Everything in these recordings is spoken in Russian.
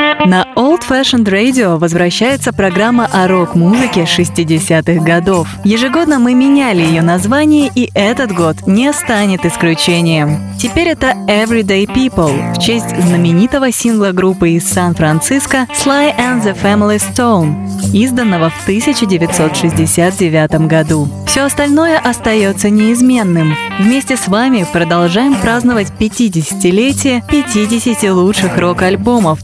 На Old Fashioned Radio возвращается программа о рок-музыке 60-х годов. Ежегодно мы меняли ее название, и этот год не станет исключением. Теперь это Everyday People в честь знаменитого сингла группы из Сан-Франциско Sly and the Family Stone, изданного в 1969 году. Все остальное остается неизменным. Вместе с вами продолжаем праздновать 50-летие 50 лучших рок-альбомов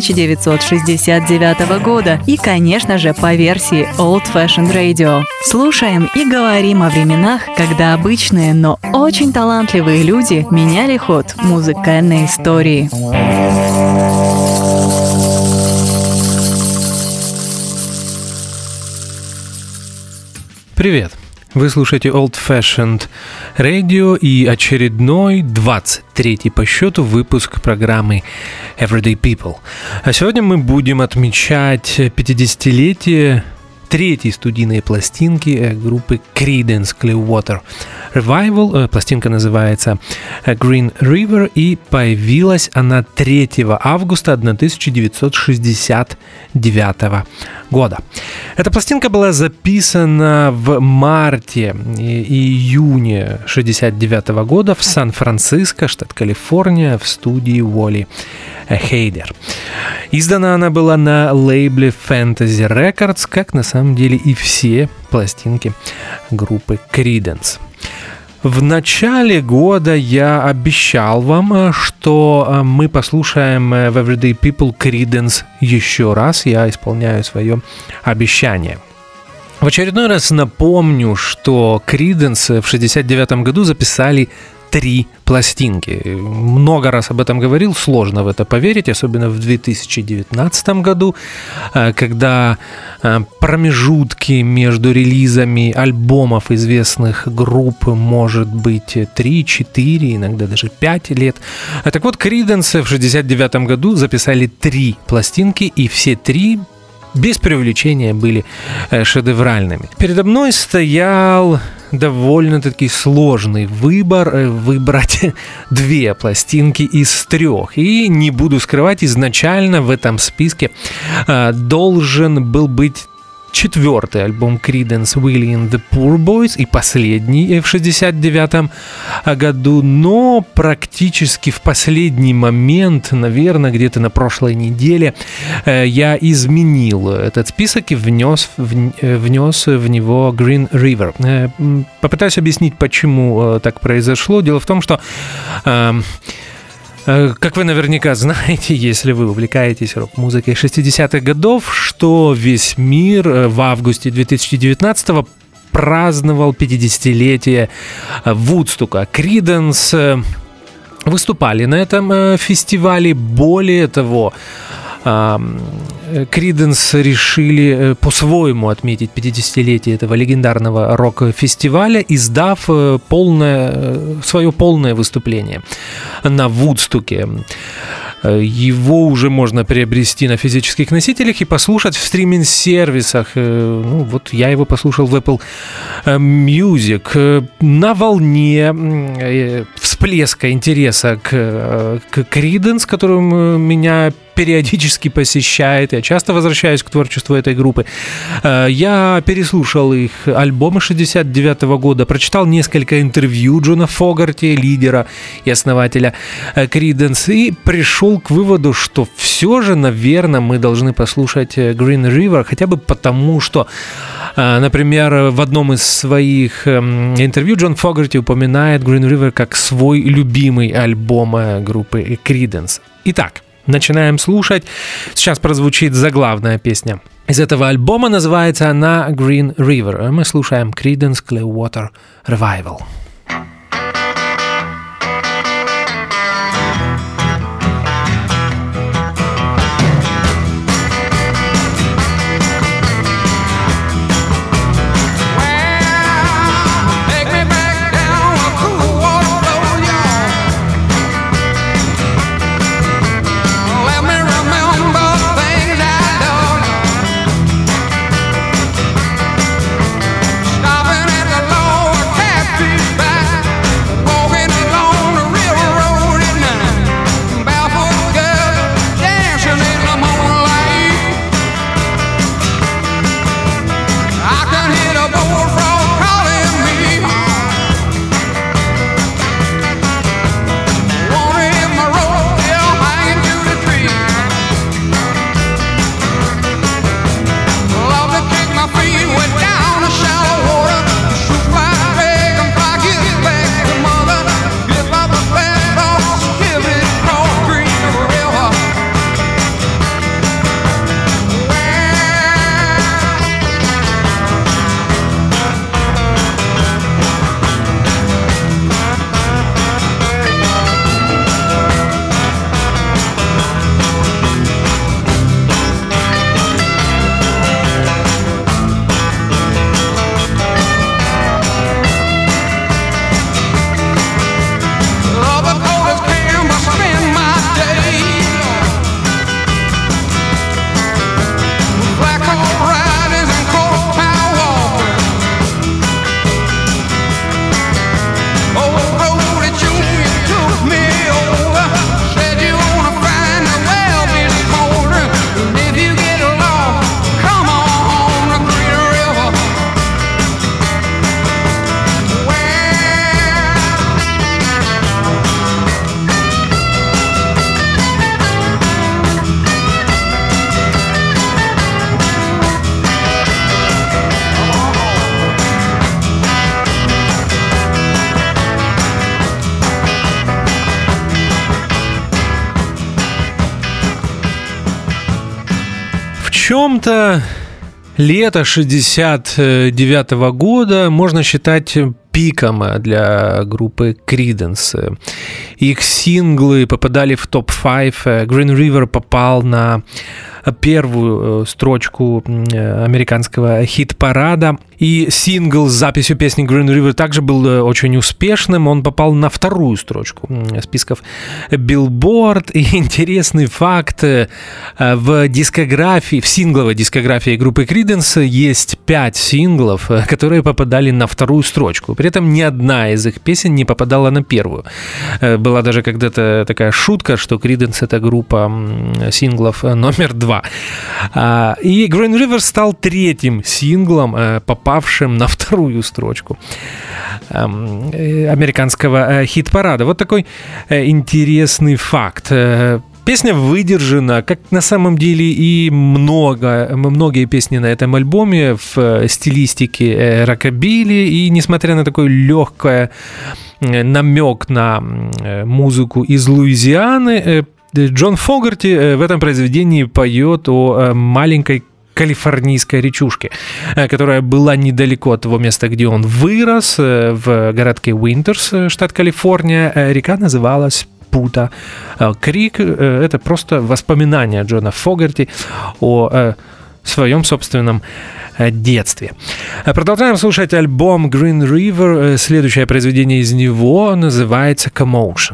1969 года и, конечно же, по версии Old Fashioned Radio. Слушаем и говорим о временах, когда обычные, но очень талантливые люди меняли ход музыкальной истории. Привет! Вы слушаете Old Fashioned Radio и очередной 23-й по счету выпуск программы Everyday People. А сегодня мы будем отмечать 50-летие третьей студийной пластинки группы Creedence Clearwater Revival. Пластинка называется Green River, и появилась она 3 августа 1969 года. Эта пластинка была записана в марте и июне 1969 года в Сан-Франциско, штат Калифорния, в студии Уолли Хейдер. Издана она была на лейбле Fantasy Records, как на самом деле и все пластинки группы Creedence. В начале года я обещал вам, что мы послушаем в Everyday People Creedence еще раз. Я исполняю свое обещание. В очередной раз напомню, что Creedence в 1969 году записали 3 пластинки. Много раз об этом говорил, сложно в это поверить, особенно в 2019 году, когда промежутки между релизами альбомов известных групп может быть 3, 4, иногда даже 5 лет. Так вот, Creedence в 1969 году записали 3 пластинки, и все 3 без преувеличения были шедевральными. Передо мной стоял довольно-таки сложный выбор выбрать 2 пластинки из 3. И не буду скрывать, изначально в этом списке должен был быть 4-й альбом Creedence Willie and the Poor Boys и последний в 1969 году, но практически в последний момент, наверное, где-то на прошлой неделе, я изменил этот список и внес в него Green River. Попытаюсь объяснить, почему так произошло. Дело в том, что как вы наверняка знаете, если вы увлекаетесь рок-музыкой 60-х годов, что весь мир в августе 2019-го праздновал 50-летие Вудстока. Creedence выступали на этом фестивале. Более того, Creedence решили по-своему отметить 50-летие этого легендарного рок-фестиваля, издав свое полное выступление на Вудстоке. Его уже можно приобрести на физических носителях и послушать в стриминг-сервисах. Вот я его послушал в Apple Music. На волне всплеска интереса к Creedence, которым меня периодически посещает. Я часто возвращаюсь к творчеству этой группы. Я переслушал их альбомы 1969 года, прочитал несколько интервью Джона Фогарти, лидера и основателя Creedence, и пришел к выводу, что все же, наверное, мы должны послушать Green River, хотя бы потому, что, например, в одном из своих интервью Джон Фогарти упоминает Green River как свой любимый альбом группы Creedence. Итак, начинаем слушать. Сейчас прозвучит заглавная песня из этого альбома. Называется она Green River. Мы слушаем Creedence Clearwater Revival. Stopping at the lower taxi back. чем-то лето 1969 года можно считать пиком для группы Creedence. Их синглы попадали в топ-5. Green River попал на первую строчку американского хит-парада. И сингл с записью песни Green River также был очень успешным. Он попал на вторую строчку списков Billboard. И интересный факт: в дискографии, в сингловой дискографии группы Creedence есть 5 синглов, которые попадали на вторую строчку. При этом ни одна из их песен не попадала на первую. Была даже когда-то такая шутка, что Creedence — это группа синглов номер 2. И Green River стал третьим синглом, попавшим на вторую строчку американского хит-парада. Вот такой интересный факт. Песня выдержана, как на самом деле и многие песни на этом альбоме, в стилистике рокобили, и несмотря на такой легкий намек на музыку из Луизианы, Джон Фогерти в этом произведении поет о маленькой калифорнийской речушке, которая была недалеко от того места, где он вырос, в городке Уинтерс, штат Калифорния. Река называлась Пута Крик. Это просто воспоминания Джона Фогерти о своем собственном детстве. Продолжаем слушать альбом Green River. Следующее произведение из него называется Commotion.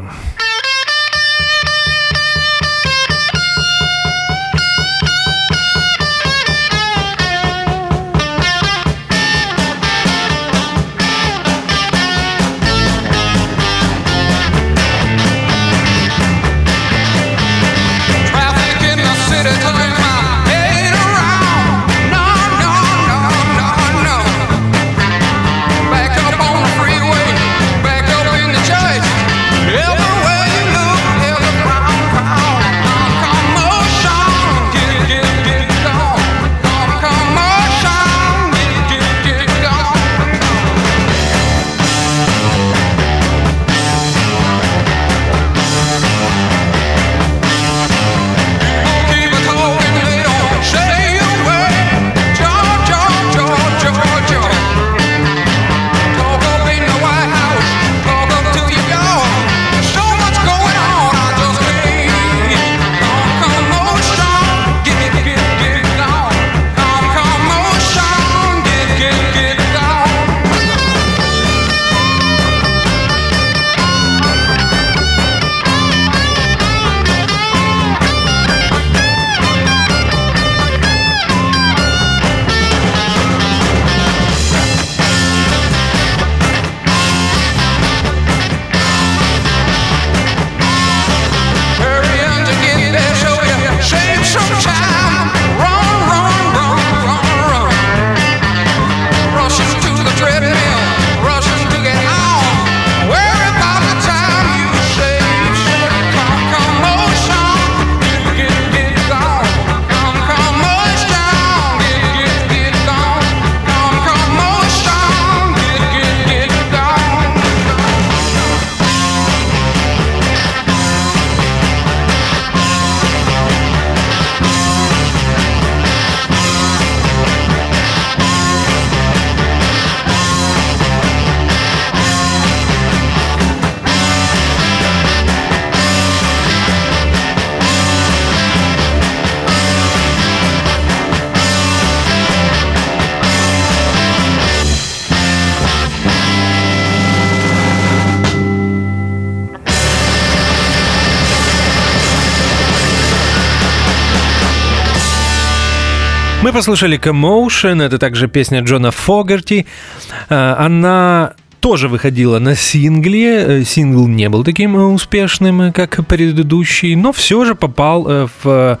Мы послушали Commotion, это также песня Джона Фогерти. Она тоже выходила на сингле. Сингл не был таким успешным, как предыдущий, но все же попал в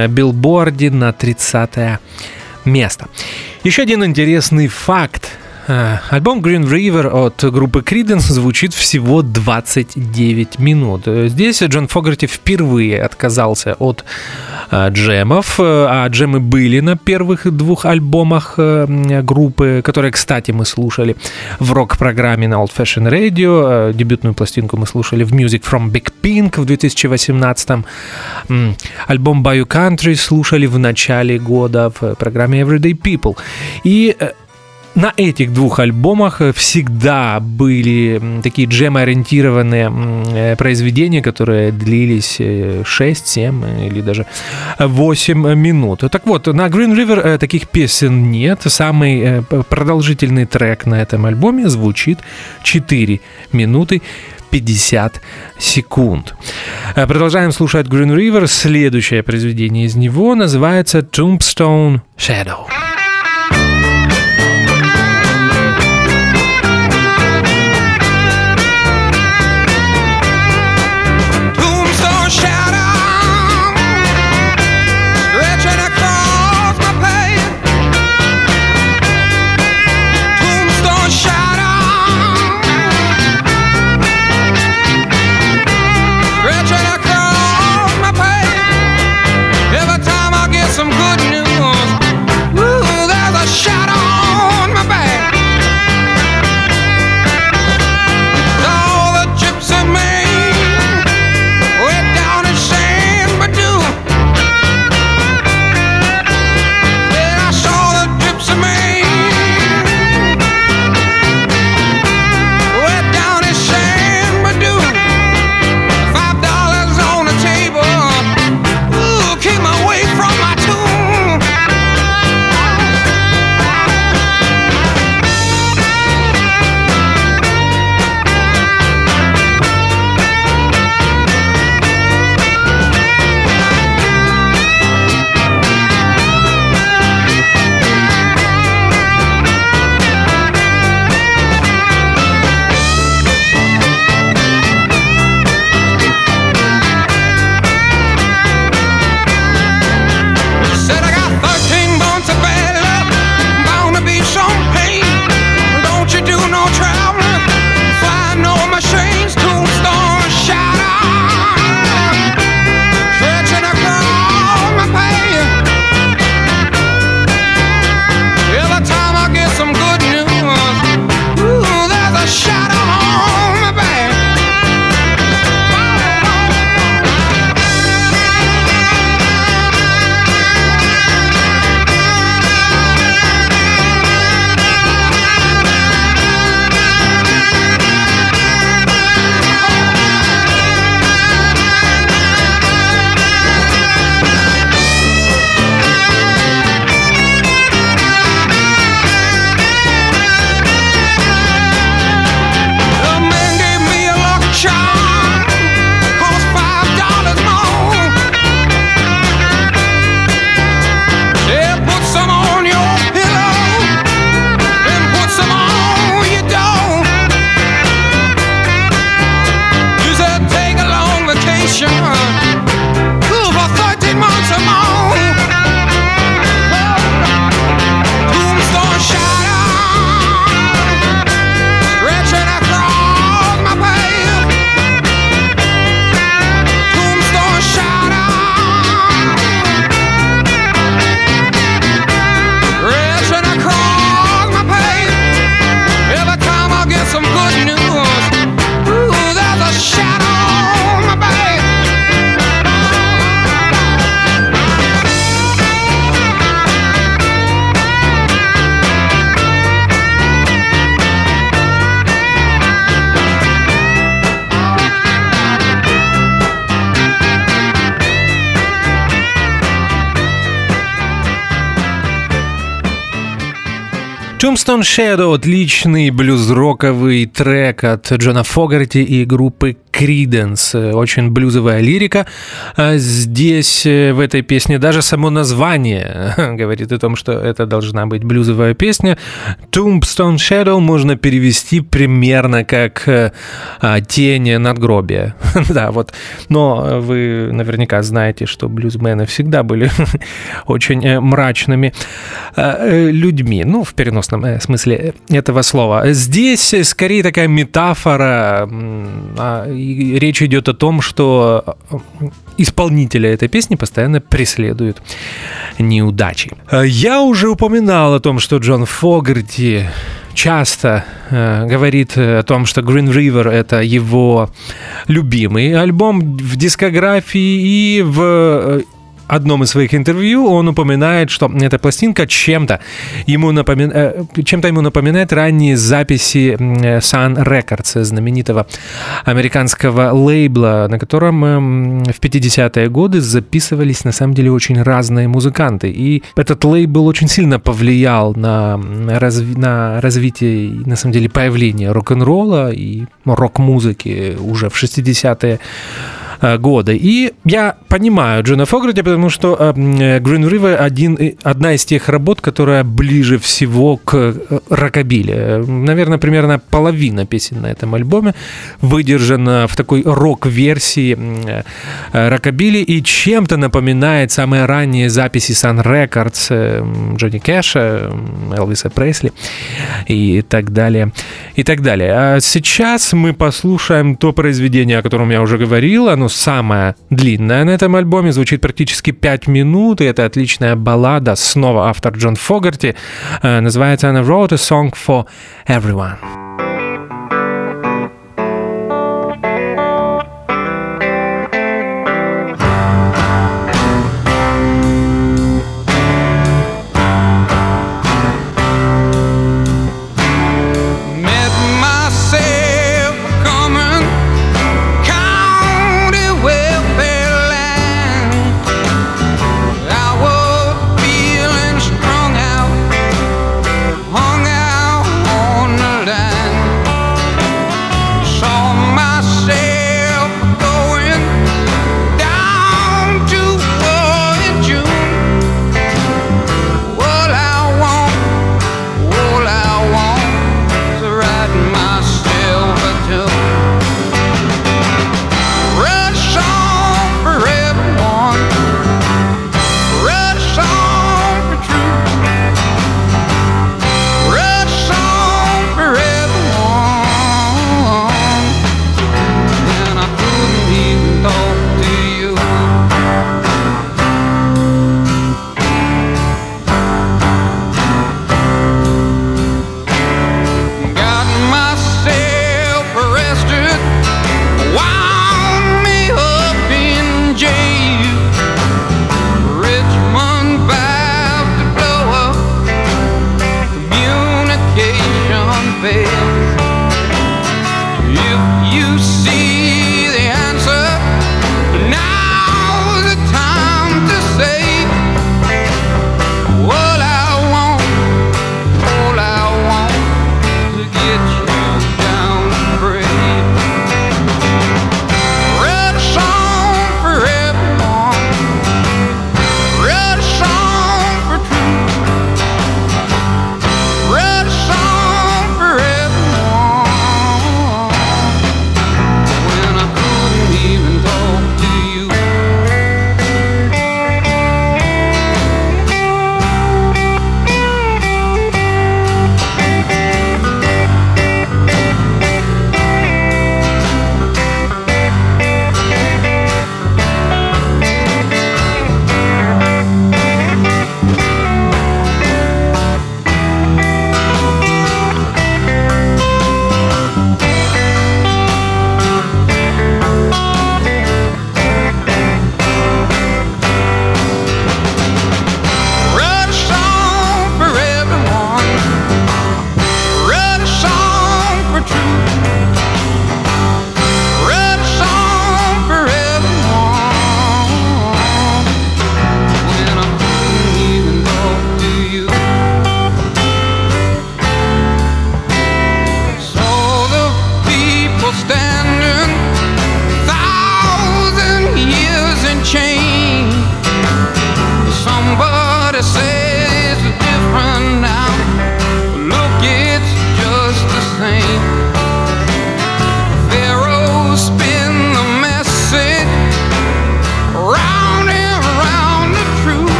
билборде на 30-е место. Еще один интересный факт. Альбом Green River от группы Creedence звучит всего 29 минут. Здесь Джон Фогерти впервые отказался от джемов, а джемы были на первых двух альбомах группы, которые, кстати, мы слушали в рок-программе на Old Fashioned Radio. Дебютную пластинку мы слушали в Music from Big Pink в 2018. Альбом Bayou Country слушали в начале года в программе Everyday People. И на этих двух альбомах всегда были такие джем-ориентированные произведения, которые длились 6, 7 или даже 8 минут. Так вот, на Green River таких песен нет. Самый продолжительный трек на этом альбоме звучит 4 минуты 50 секунд. Продолжаем слушать Green River. Следующее произведение из него называется Tombstone Shadow. Tombstone Shadow — отличный блюз-роковый трек от Джона Фогерти и группы Creedence. Очень блюзовая лирика. Здесь, в этой песне, даже само название говорит о том, что это должна быть блюзовая песня. Tombstone Shadow можно перевести примерно как «тень надгробия». Да, вот. Но вы наверняка знаете, что блюзмены всегда были очень мрачными людьми. Ну, в переносном переносном смысле этого слова. Здесь скорее такая метафора, и речь идет о том, что исполнителя этой песни постоянно преследуют неудачи. Я уже упоминал о том, что Джон Фогерти часто говорит о том, что Green River — это его любимый альбом в дискографии, и в одном из своих интервью он упоминает, что эта пластинка чем-то ему напоминает ранние записи Sun Records, знаменитого американского лейбла, на котором в 50-е годы записывались на самом деле очень разные музыканты. И этот лейбл очень сильно повлиял на развитие, на самом деле, появление рок-н-ролла и рок-музыки уже в 60-е года. И я понимаю Джона Фогерти, потому что Green River одна из тех работ, которая ближе всего к рокобили. Наверное, примерно половина песен на этом альбоме выдержана в такой рок-версии рокобили и чем-то напоминает самые ранние записи Sun Records Джонни Кэша, Элвиса Пресли и так далее, и так далее. А сейчас мы послушаем то произведение, о котором я уже говорил. Оно самое длинное на этом альбоме, звучит практически 5 минут, и это отличная баллада, снова автор Джон Фогерти. Называется она «Wrote a Song for Everyone».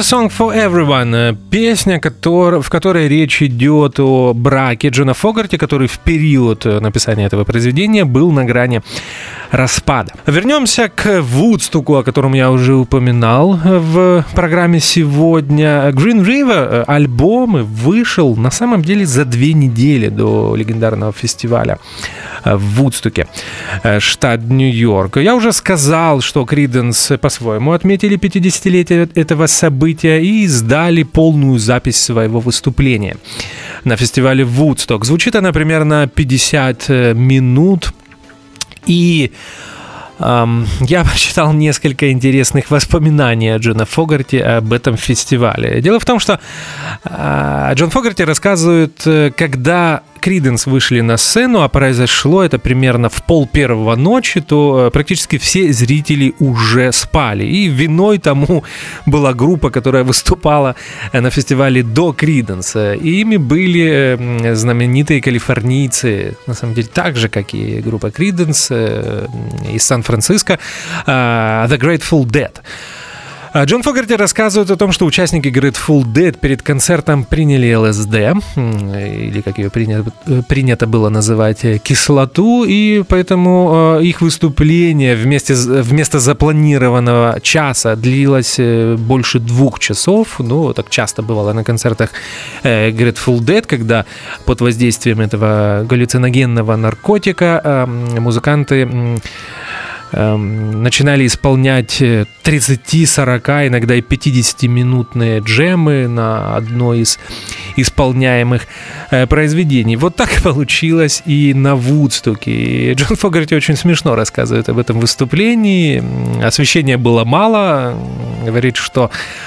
a Song for Everyone. Песня, в которой речь идет о браке Джона Фогерти, который в период написания этого произведения был на грани распада. Вернемся к Вудстоку, о котором я уже упоминал в программе сегодня. Green River альбом вышел на самом деле за 2 недели до легендарного фестиваля в Вудстоке, штат Нью-Йорк. Я уже сказал, что Creedence по-своему отметили 50-летие этого события и издали полную запись своего выступления на фестивале Вудсток. Звучит она примерно 50 минут. И я прочитал несколько интересных воспоминаний о Джона Фогерти об этом фестивале. Дело в том, что Джон Фогерти рассказывает, когда Creedence вышли на сцену, а произошло это примерно в 12:30 ночи, то практически все зрители уже спали. И виной тому была группа, которая выступала на фестивале до Creedence. И ими были знаменитые калифорнийцы, на самом деле так же, как и группа Creedence из Сан-Франциско, The Grateful Dead. Джон Фогерти рассказывает о том, что участники Grateful Dead перед концертом приняли ЛСД, или как ее принято было называть, кислоту, и поэтому их выступление вместо запланированного часа длилось больше 2 часов. Ну, так часто бывало на концертах Grateful Dead, когда под воздействием этого галлюциногенного наркотика музыканты начинали исполнять 30, 40, иногда и 50-минутные джемы на одно из исполняемых произведений. Вот так получилось и на Вудстоке. И Джон Фогерти очень смешно рассказывает об этом выступлении. Освещения было мало. Говорит, что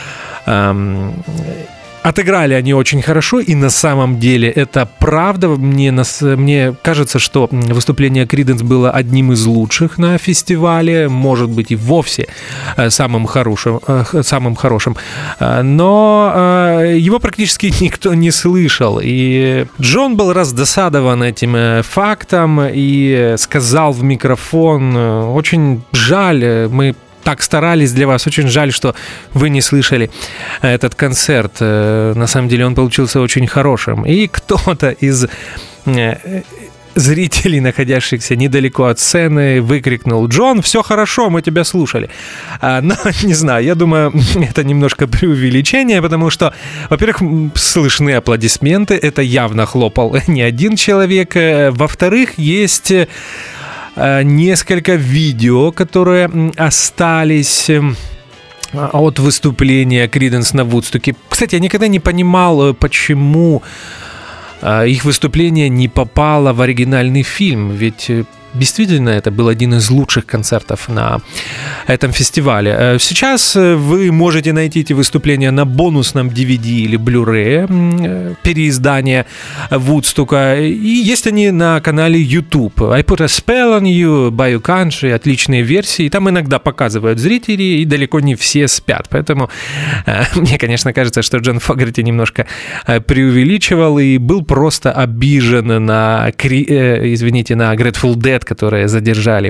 отыграли они очень хорошо, и на самом деле это правда. Мне кажется, что выступление Creedence было одним из лучших на фестивале, может быть и вовсе самым хорошим, но его практически никто не слышал. И Джон был раздосадован этим фактом и сказал в микрофон: «Очень жаль, мы так старались для вас, очень жаль, что вы не слышали этот концерт. На самом деле он получился очень хорошим». И кто-то из зрителей, находящихся недалеко от сцены, выкрикнул: «Джон, все хорошо, мы тебя слушали». Но, не знаю, я думаю, это немножко преувеличение, потому что, во-первых, слышны аплодисменты, это явно хлопал не один человек. Во-вторых, есть несколько видео, которые остались от выступления Creedence на Вудстоке. Кстати, я никогда не понимал, почему их выступление не попало в оригинальный фильм, ведь действительно это был один из лучших концертов на этом фестивале. Сейчас вы можете найти эти выступления на бонусном DVD или Blu-ray переиздания Вудстока, и есть они на канале YouTube. I Put a Spell on You, Bayou Country, отличные версии. Там иногда показывают зрители, и далеко не все спят. Поэтому мне, конечно, кажется, что Джон Фогерти немножко преувеличивал и был просто обижен на Grateful Dead, которые задержали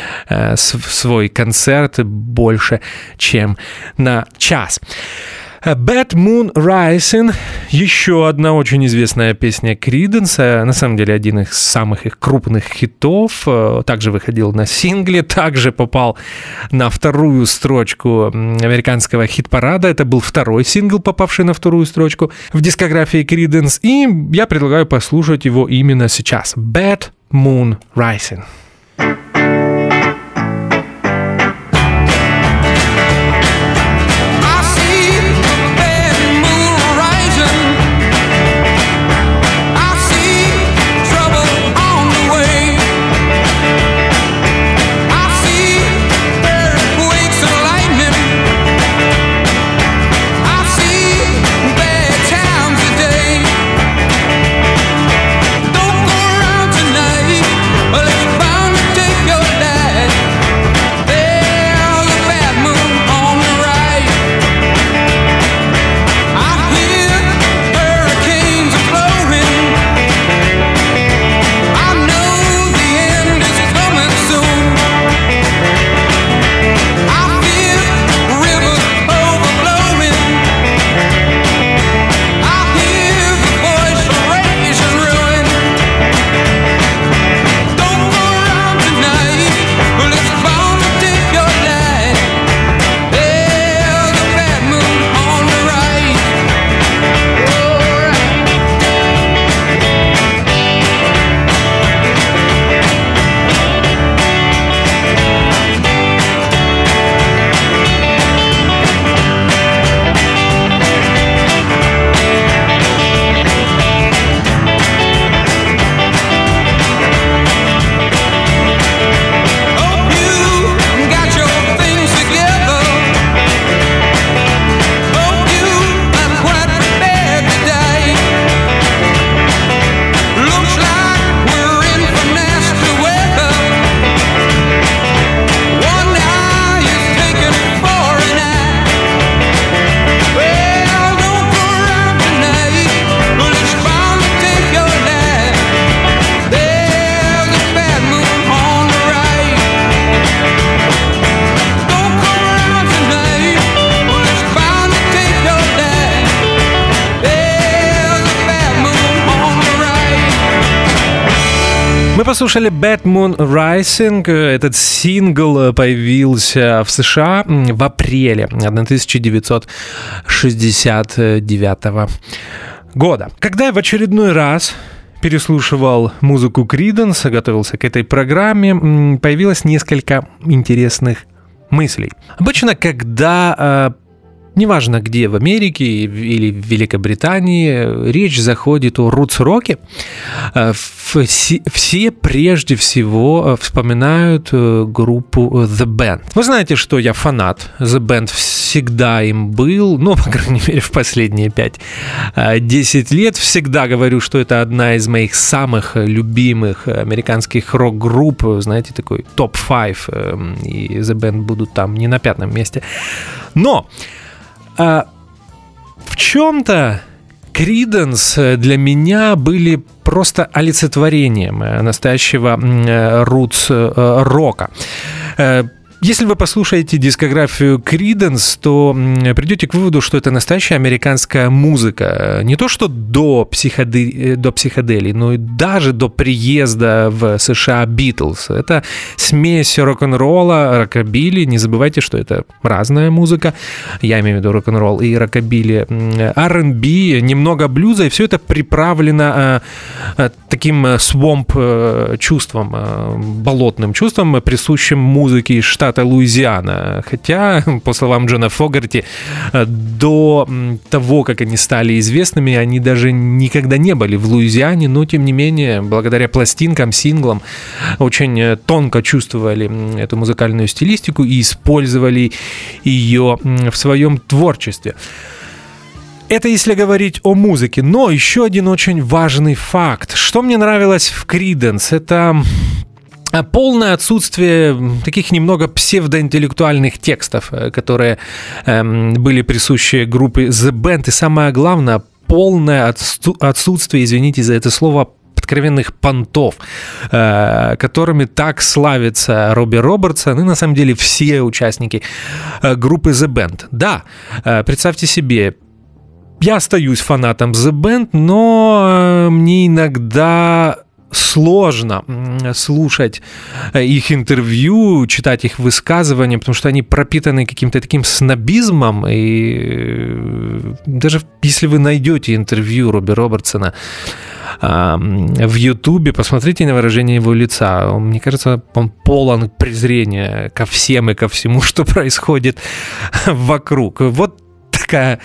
свой концерт больше, чем на час. Bad Moon Rising, еще одна очень известная песня Creedence, на самом деле один из самых их крупных хитов, также выходил на сингле, также попал на 2-ю строчку американского хит-парада. Это был 2-й сингл, попавший на 2-ю строчку в дискографии Creedence, и я предлагаю послушать его именно сейчас. Bad Moon Rising. Don't go around tonight. Let's Мы послушали Bad Moon Rising. Этот сингл появился в США в апреле 1969 года. Когда я в очередной раз переслушивал музыку Creedence, готовился к этой программе, появилось несколько интересных мыслей. Обычно, когда неважно где, в Америке или в Великобритании, речь заходит о рутс-роке, все прежде всего вспоминают группу The Band. Вы знаете, что я фанат The Band, всегда им был, ну, по крайней мере, в последние 5-10 лет. Всегда говорю, что это одна из моих самых любимых американских рок-групп, знаете, такой топ-5, и The Band будут там не на 5-м месте. Но в чем-то Creedence для меня были просто олицетворением настоящего рутс-рока. Если вы послушаете дискографию Creedence, то придете к выводу, что это настоящая американская музыка. Не то, что до психоделии, но и даже до приезда в США Beatles. Это смесь рок-н-ролла, рокобили. Не забывайте, что это разная музыка. Я имею в виду рок-н-ролл и рокобили. R&B, немного блюза, и все это приправлено таким свомп-чувством, болотным чувством, присущим музыке из штата Луизиана. Хотя, по словам Джона Фогарти, до того, как они стали известными, они даже никогда не были в Луизиане, но, тем не менее, благодаря пластинкам, синглам, очень тонко чувствовали эту музыкальную стилистику и использовали ее в своем творчестве. Это если говорить о музыке. Но еще один очень важный факт. Что мне нравилось в Creedence, это полное отсутствие таких немного псевдоинтеллектуальных текстов, которые были присущи группе The Band. И самое главное, полное отсутствие, извините за это слово, откровенных понтов, которыми так славится Робби Робертсон и на самом деле все участники группы The Band. Да, представьте себе, я остаюсь фанатом The Band, но мне иногда сложно слушать их интервью, читать их высказывания, потому что они пропитаны каким-то таким снобизмом, и даже если вы найдете интервью Робби Робертсона в Ютубе, посмотрите на выражение его лица. Мне кажется, он полон презрения ко всем и ко всему, что происходит вокруг. Вот такая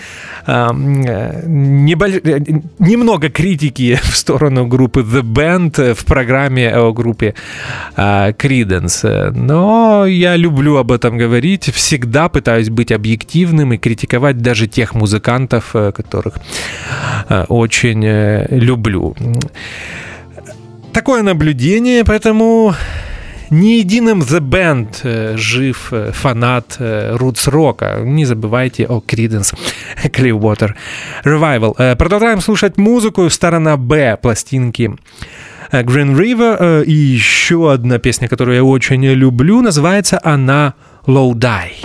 немного критики в сторону группы The Band в программе о группе Creedence. Но я люблю об этом говорить, всегда пытаюсь быть объективным и критиковать даже тех музыкантов, которых очень люблю. Такое наблюдение, поэтому не единым The Band жив фанат рутс-рока. Не забывайте о Creedence Clearwater Revival. Продолжаем слушать музыку. Сторона Б пластинки Green River. И еще одна песня, которую я очень люблю, называется она Low Die.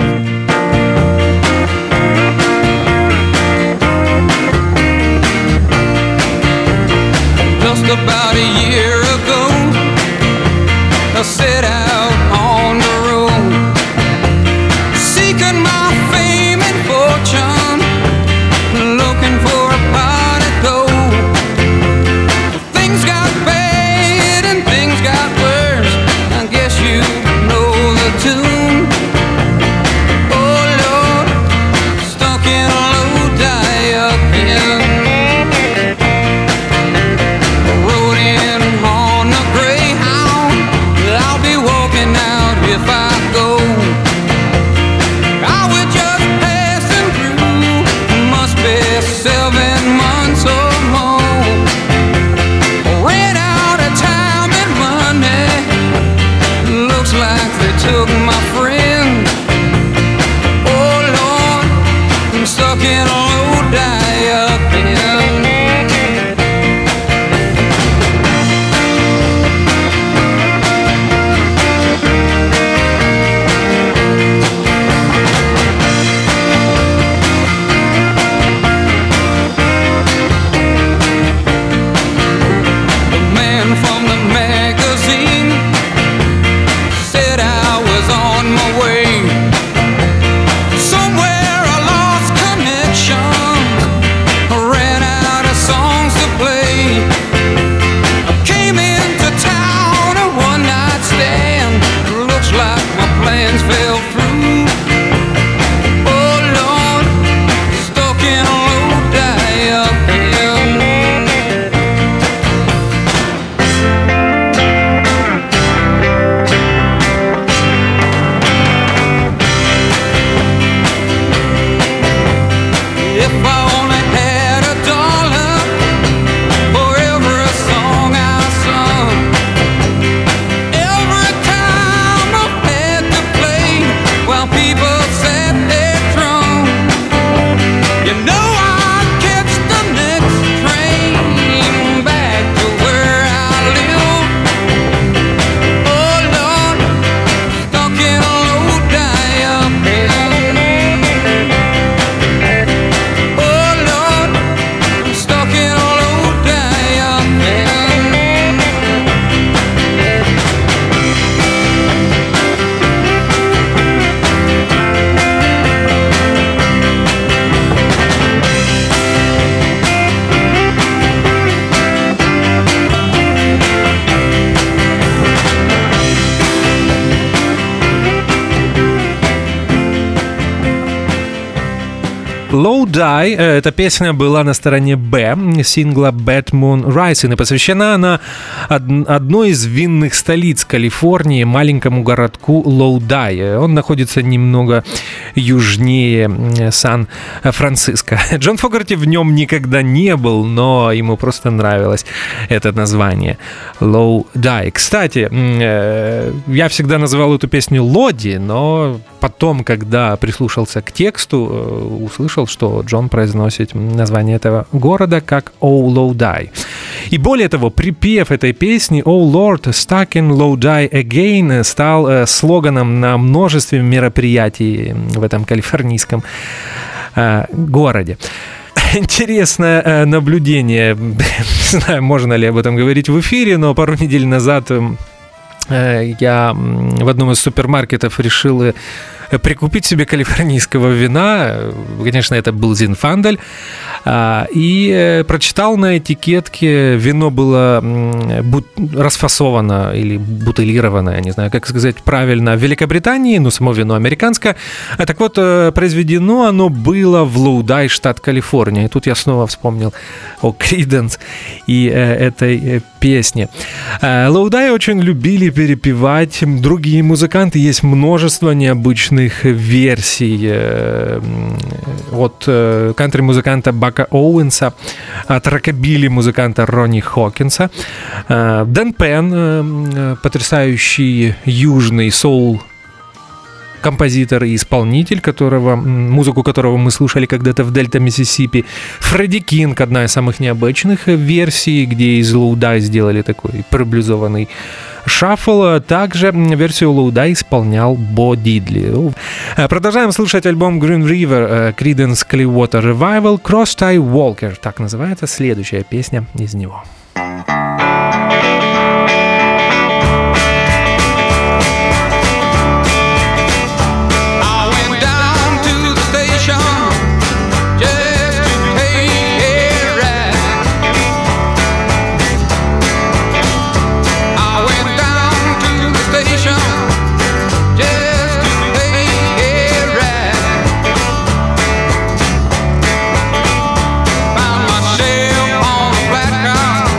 Just about a year ago, I set out on the road, seeking my fame and fortune, looking for a pot of gold. Things got bad and things got worse, I guess you know the tune. Oh Lord, stuck in a low die up in, rode in Low Die, эта песня была на стороне Б сингла Bad Moon Rising, и посвящена она одной из винных столиц Калифорнии, маленькому городку Лоудай. Он находится немного южнее Сан-Франциско. Джон Фогерти в нем никогда не был, но ему просто нравилось это название Low Die. Кстати, я всегда называл эту песню Лоди, но потом, когда прислушался к тексту, услышал, что Джон произносит название этого города как «Oh Lodi». И более того, припев этой песни «Oh Lord, stuck in Lodi again» стал слоганом на множестве мероприятий в этом калифорнийском городе. Интересное наблюдение, не знаю, можно ли об этом говорить в эфире, но пару недель назад я в одном из супермаркетов решил прикупить себе калифорнийского вина. Конечно, это был Зинфандель. И прочитал на этикетке, вино было расфасовано или бутылировано, я не знаю, как сказать правильно, в Великобритании, но само вино американское. Так вот, произведено оно было в Лоудай, штат Калифорния. И тут я снова вспомнил о Creedence и этой песне. Лоудай очень любили перепевать другие музыканты. Есть множество необычных версий от кантри-музыканта Бака Оуэнса, от рокобили-музыканта Ронни Хокинса. Дэн Пен, потрясающий южный соул композитор и исполнитель, музыку которого мы слушали когда-то в Дельта, Миссисипи. Фредди Кинг, одна из самых необычных версий, где из Лоудай сделали такой проблюзованный шаффл. Также версию Лоудай исполнял Бо Дидли. Продолжаем слушать альбом Green River, Creedence Clearwater Revival, Cross-Tie Walker. Так называется следующая песня из него. Found myself on a flat car.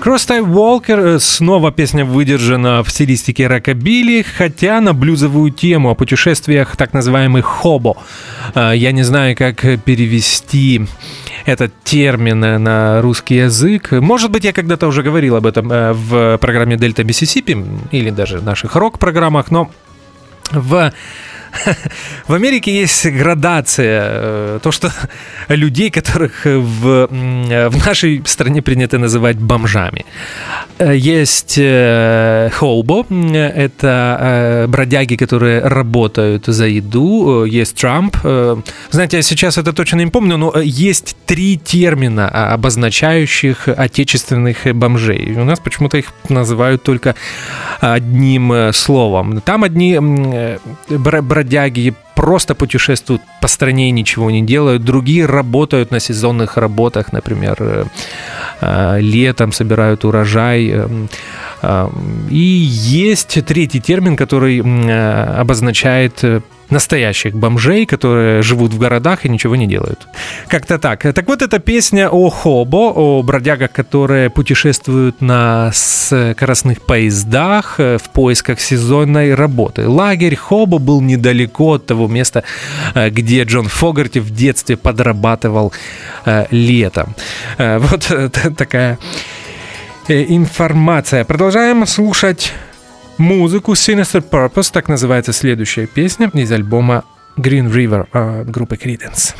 Crosstie Walker, снова песня выдержана в стилистике рокобили, хотя на блюзовую тему о путешествиях так называемых хобо. Я не знаю, как перевести этот термин на русский язык. Может быть, я когда-то уже говорил об этом в программе Дельта Миссисипи или даже в наших рок-программах, но в Америке есть градация, то, что людей, которых в нашей стране принято называть бомжами. Есть хобо, это бродяги, которые работают за еду, есть трамп. Знаете, я сейчас это точно не помню, но есть 3 термина, обозначающих отечественных бомжей. У нас почему-то их называют только одним словом. Там одни бродяги просто путешествуют по стране и ничего не делают. Другие работают на сезонных работах, например, летом собирают урожай. И есть 3-й термин, который обозначает настоящих бомжей, которые живут в городах и ничего не делают. Как-то так. Так вот, эта песня о хобо, о бродягах, которые путешествуют на скоростных поездах в поисках сезонной работы. Лагерь хобо был недалеко от того места, где Джон Фогерти в детстве подрабатывал летом. Вот такая информация. Продолжаем слушать музыку. Sinister Purpose, так называется следующая песня из альбома Green River от группы Creedence.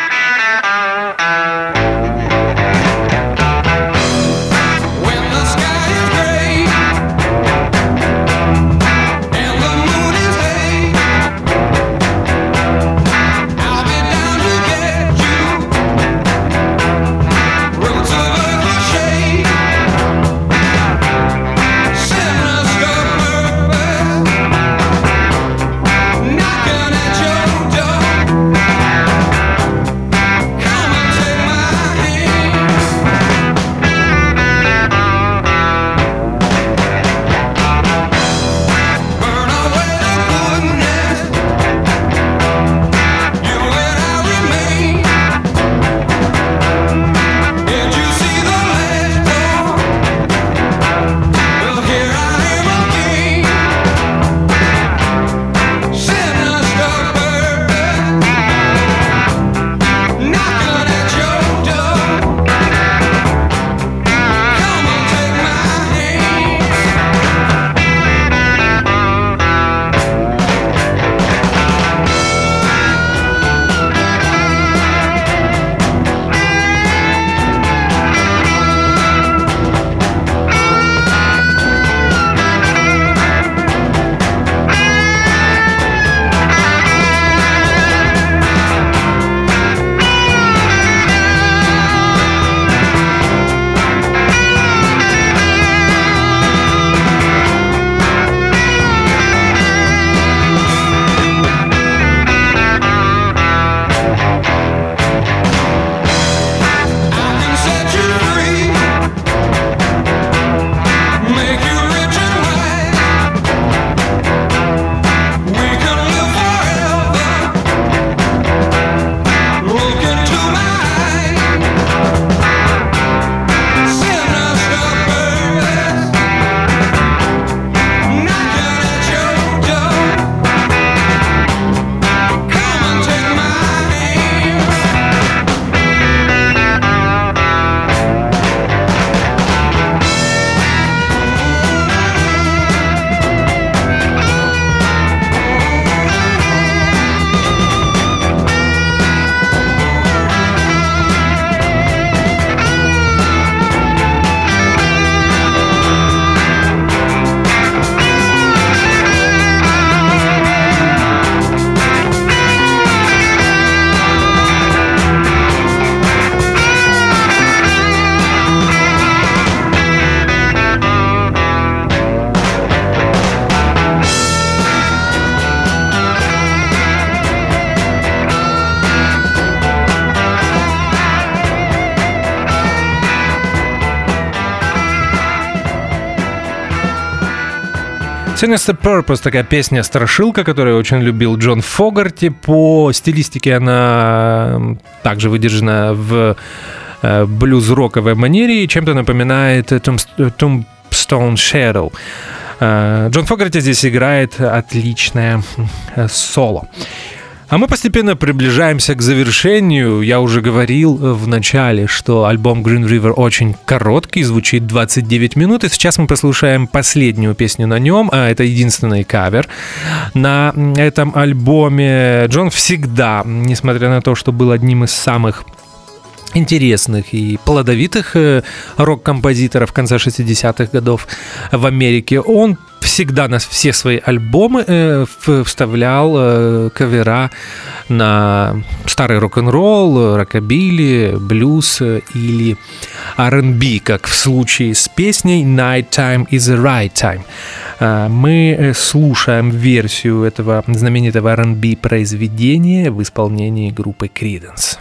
Sinister Purpose, такая песня-страшилка, которую очень любил Джон Фогерти. По стилистике она также выдержана в блюз-роковой манере и чем-то напоминает Tombstone Shadow. Джон Фогерти здесь играет отличное соло. А мы постепенно приближаемся к завершению. Я уже говорил в начале, что альбом Green River очень короткий, звучит 29 минут. И сейчас мы послушаем последнюю песню на нем. Это единственный кавер на этом альбоме. Джон всегда, несмотря на то, что был одним из самых интересных и плодовитых рок-композиторов конца 60-х годов в Америке, он всегда на все свои альбомы вставлял кавера на старый рок-н-ролл, рокобили, блюз или R&B, как в случае с песней «Nighttime is the right time». Мы слушаем версию этого знаменитого R&B произведения в исполнении группы Creedence.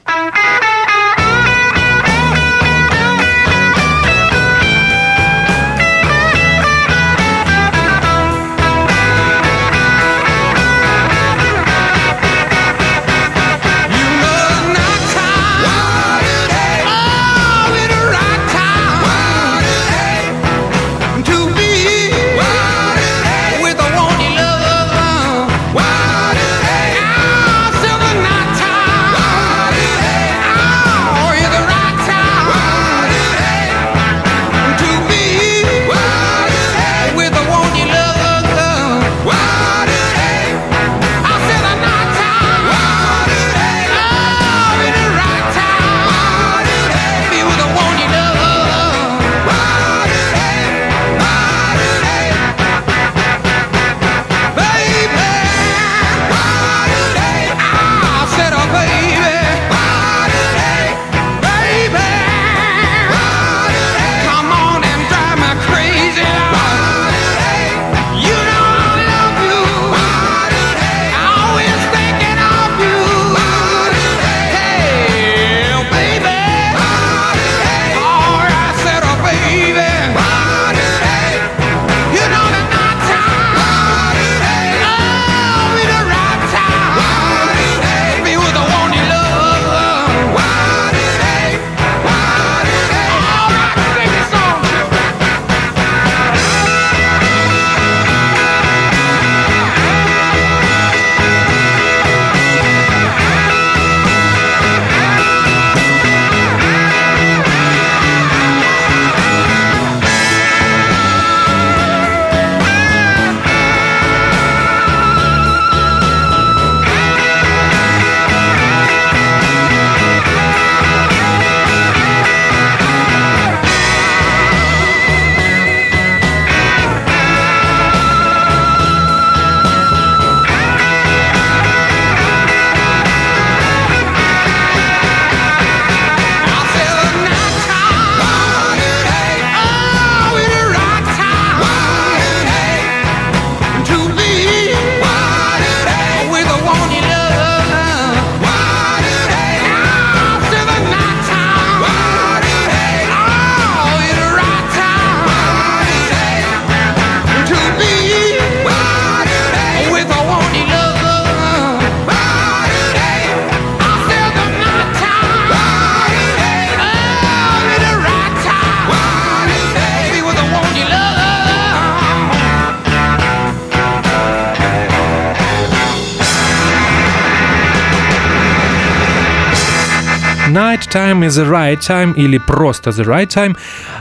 Nighttime is the right time или просто the right time.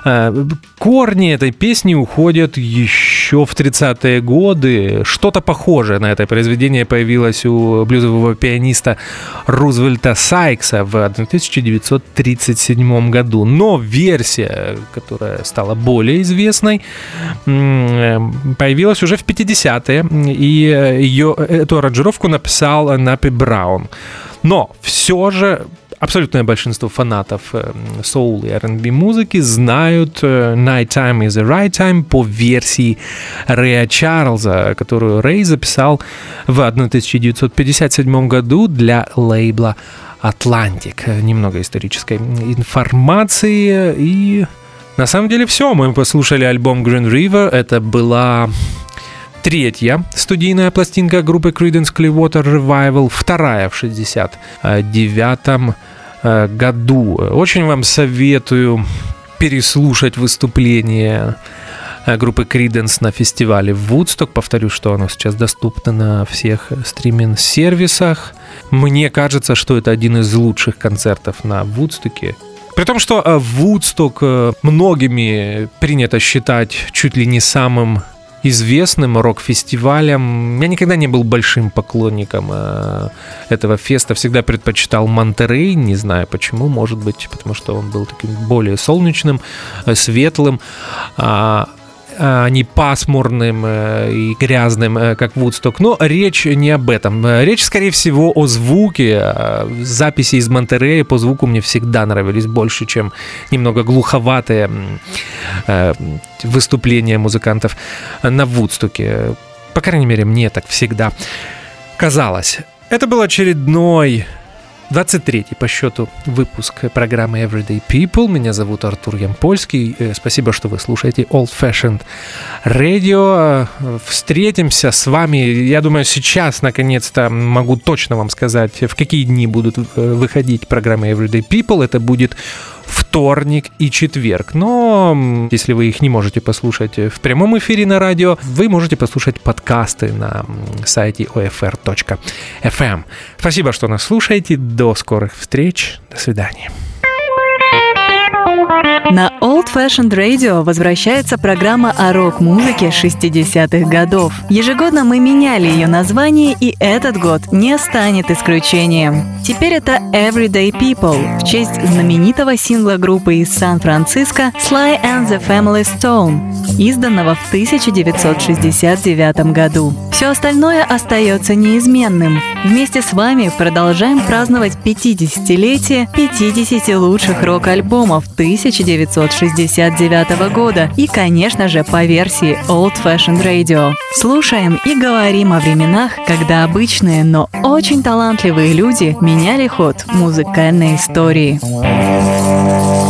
Корни этой песни уходят еще в 30-е годы. Что-то похожее на это произведение появилось у блюзового пианиста Рузвельта Сайкса в 1937 году. Но версия, которая стала более известной, появилась уже в 50-е. И эту аранжировку написал Напи Браун. Но все же абсолютное большинство фанатов соул и R&B музыки знают Nighttime is the right time по версии Рэя Чарльза, которую Рэй записал в 1957 году для лейбла Atlantic. Немного исторической информации. И на самом деле все. Мы послушали альбом Green River. Это была третья студийная пластинка группы Creedence Clearwater Revival, вторая в 69-м году. Очень вам советую переслушать выступление группы Creedence на фестивале в Вудсток. Повторю, что оно сейчас доступно на всех стриминг-сервисах. Мне кажется, что это один из лучших концертов на Вудстоке. При том, что Вудсток многими принято считать чуть ли не самым известным рок-фестивалем. Я никогда не был большим поклонником этого феста, всегда предпочитал Монтерей, не знаю почему, может быть, потому что он был таким более солнечным, светлым, а не пасмурным и грязным, как Вудсток. Но речь не об этом. Речь, скорее всего, о звуке. Записи из Монтерея по звуку мне всегда нравились больше, чем немного глуховатые выступления музыкантов на Вудстоке. По крайней мере, мне так всегда казалось. Это был очередной 23-й по счету выпуск программы Everyday People. Меня зовут Артур Ямпольский. Спасибо, что вы слушаете Old Fashioned Radio. Встретимся с вами. Я думаю, сейчас, наконец-то, могу точно вам сказать, в какие дни будут выходить программы Everyday People. Это будет вторник и четверг. Но если вы их не можете послушать в прямом эфире на радио, вы можете послушать подкасты на сайте OFR.FM. Спасибо, что нас слушаете. До скорых встреч. До свидания. На Old Fashioned Radio возвращается программа о рок-музыке 60-х годов. Ежегодно мы меняли ее название, и этот год не станет исключением. Теперь это Everyday People в честь знаменитого сингла группы из Сан-Франциско Sly and the Family Stone, изданного в 1969 году. Все остальное остается неизменным. Вместе с вами продолжаем праздновать 50-летие 50 лучших рок-альбомов 1969 года и, конечно же, по версии Old Fashioned Radio. Слушаем и говорим о временах, когда обычные, но очень талантливые люди меняли ход музыкальной истории.